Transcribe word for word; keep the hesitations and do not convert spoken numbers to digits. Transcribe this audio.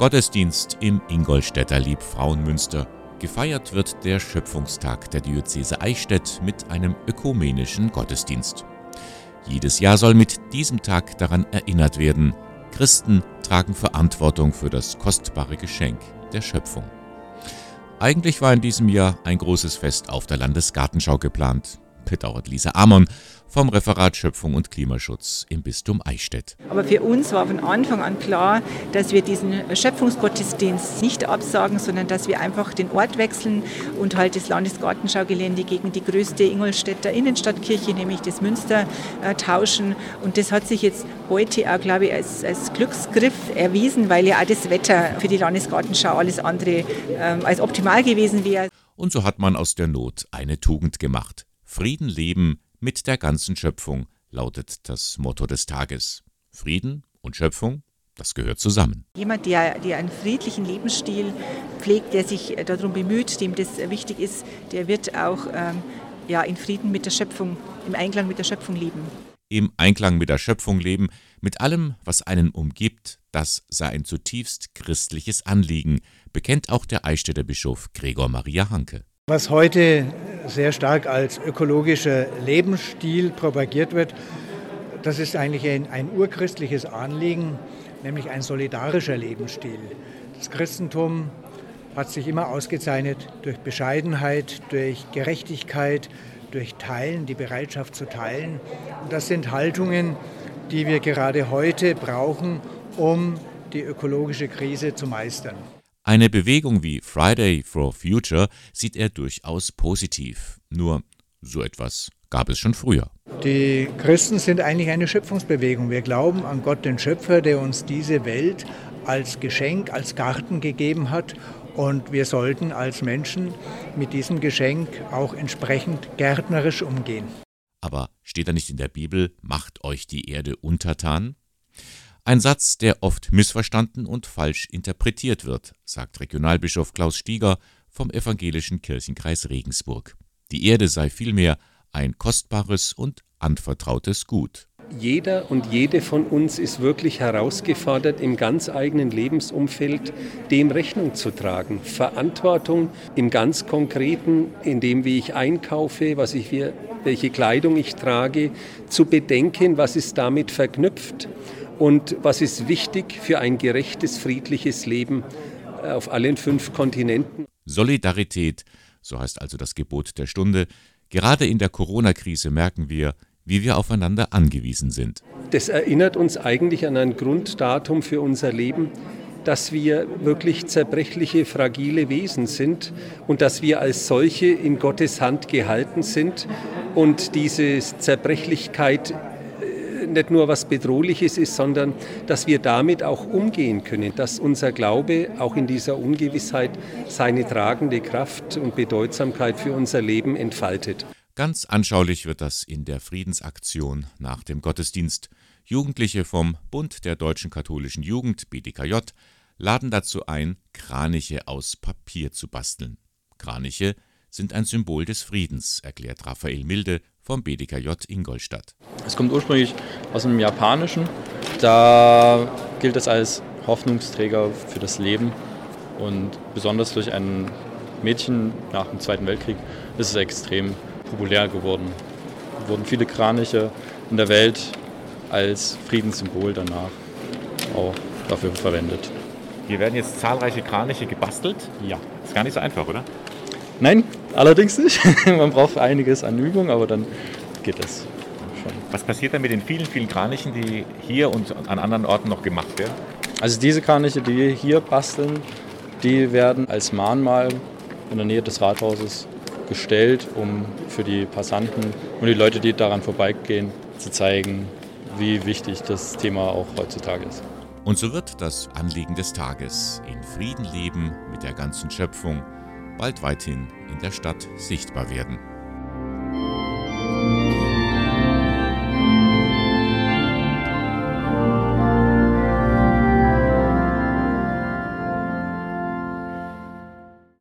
Gottesdienst im Ingolstädter Liebfrauenmünster. Gefeiert wird der Schöpfungstag der Diözese Eichstätt mit einem ökumenischen Gottesdienst. Jedes Jahr soll mit diesem Tag daran erinnert werden, Christen tragen Verantwortung für das kostbare Geschenk der Schöpfung. Eigentlich war in diesem Jahr ein großes Fest auf der Landesgartenschau geplant, bedauert Lisa Amon vom Referat Schöpfung und Klimaschutz im Bistum Eichstätt. Aber für uns war von Anfang an klar, dass wir diesen Schöpfungsgottesdienst nicht absagen, sondern dass wir einfach den Ort wechseln und halt das Landesgartenschaugelände gegen die größte Ingolstädter Innenstadtkirche, nämlich das Münster, äh, tauschen. Und das hat sich jetzt heute auch, glaube ich, als, als Glücksgriff erwiesen, weil ja auch das Wetter für die Landesgartenschau alles andere ähm, als optimal gewesen wäre. Und so hat man aus der Not eine Tugend gemacht. Frieden leben mit der ganzen Schöpfung, lautet das Motto des Tages. Frieden und Schöpfung, das gehört zusammen. Jemand, der, der einen friedlichen Lebensstil pflegt, der sich darum bemüht, dem das wichtig ist, der wird auch ähm, ja, in Frieden mit der Schöpfung, im Einklang mit der Schöpfung leben. Im Einklang mit der Schöpfung leben, mit allem, was einen umgibt, das sei ein zutiefst christliches Anliegen, bekennt auch der Eichstätter Bischof Gregor Maria Hanke. Was heute sehr stark als ökologischer Lebensstil propagiert wird, das ist eigentlich ein, ein urchristliches Anliegen, nämlich ein solidarischer Lebensstil. Das Christentum hat sich immer ausgezeichnet durch Bescheidenheit, durch Gerechtigkeit, durch Teilen, die Bereitschaft zu teilen. Und das sind Haltungen, die wir gerade heute brauchen, um die ökologische Krise zu meistern. Eine Bewegung wie Friday for Future sieht er durchaus positiv. Nur so etwas gab es schon früher. Die Christen sind eigentlich eine Schöpfungsbewegung. Wir glauben an Gott, den Schöpfer, der uns diese Welt als Geschenk, als Garten gegeben hat. Und wir sollten als Menschen mit diesem Geschenk auch entsprechend gärtnerisch umgehen. Aber steht da nicht in der Bibel, macht euch die Erde untertan? Ein Satz, der oft missverstanden und falsch interpretiert wird, sagt Regionalbischof Klaus Stieger vom Evangelischen Kirchenkreis Regensburg. Die Erde sei vielmehr ein kostbares und anvertrautes Gut. Jeder und jede von uns ist wirklich herausgefordert, im ganz eigenen Lebensumfeld dem Rechnung zu tragen. Verantwortung im ganz Konkreten, in dem, wie ich einkaufe, was ich, welche Kleidung ich trage, zu bedenken, was ist damit verknüpft. Und was ist wichtig für ein gerechtes, friedliches Leben auf allen fünf Kontinenten? Solidarität, so heißt also das Gebot der Stunde. Gerade in der Corona-Krise merken wir, wie wir aufeinander angewiesen sind. Das erinnert uns eigentlich an ein Grunddatum für unser Leben, dass wir wirklich zerbrechliche, fragile Wesen sind und dass wir als solche in Gottes Hand gehalten sind und diese Zerbrechlichkeit nicht nur was Bedrohliches ist, sondern dass wir damit auch umgehen können, dass unser Glaube auch in dieser Ungewissheit seine tragende Kraft und Bedeutsamkeit für unser Leben entfaltet. Ganz anschaulich wird das in der Friedensaktion nach dem Gottesdienst. Jugendliche vom Bund der Deutschen Katholischen Jugend, B D K J, laden dazu ein, Kraniche aus Papier zu basteln. Kraniche sind ein Symbol des Friedens, erklärt Raphael Milde vom B D K J Ingolstadt. Es kommt ursprünglich aus dem Japanischen. Da gilt es als Hoffnungsträger für das Leben. Und besonders durch ein Mädchen nach dem Zweiten Weltkrieg ist es extrem populär geworden. Es wurden viele Kraniche in der Welt als Friedenssymbol danach auch dafür verwendet. Hier werden jetzt zahlreiche Kraniche gebastelt. Ja. Ist gar nicht so einfach, oder? Nein, allerdings nicht. Man braucht einiges an Übung, aber dann geht es schon. Was passiert dann mit den vielen, vielen Kranichen, die hier und an anderen Orten noch gemacht werden? Also diese Kraniche, die wir hier basteln, die werden als Mahnmal in der Nähe des Rathauses gestellt, um für die Passanten und die Leute, die daran vorbeigehen, zu zeigen, wie wichtig das Thema auch heutzutage ist. Und so wird das Anliegen des Tages, in Frieden leben mit der ganzen Schöpfung, bald weithin in der Stadt sichtbar werden.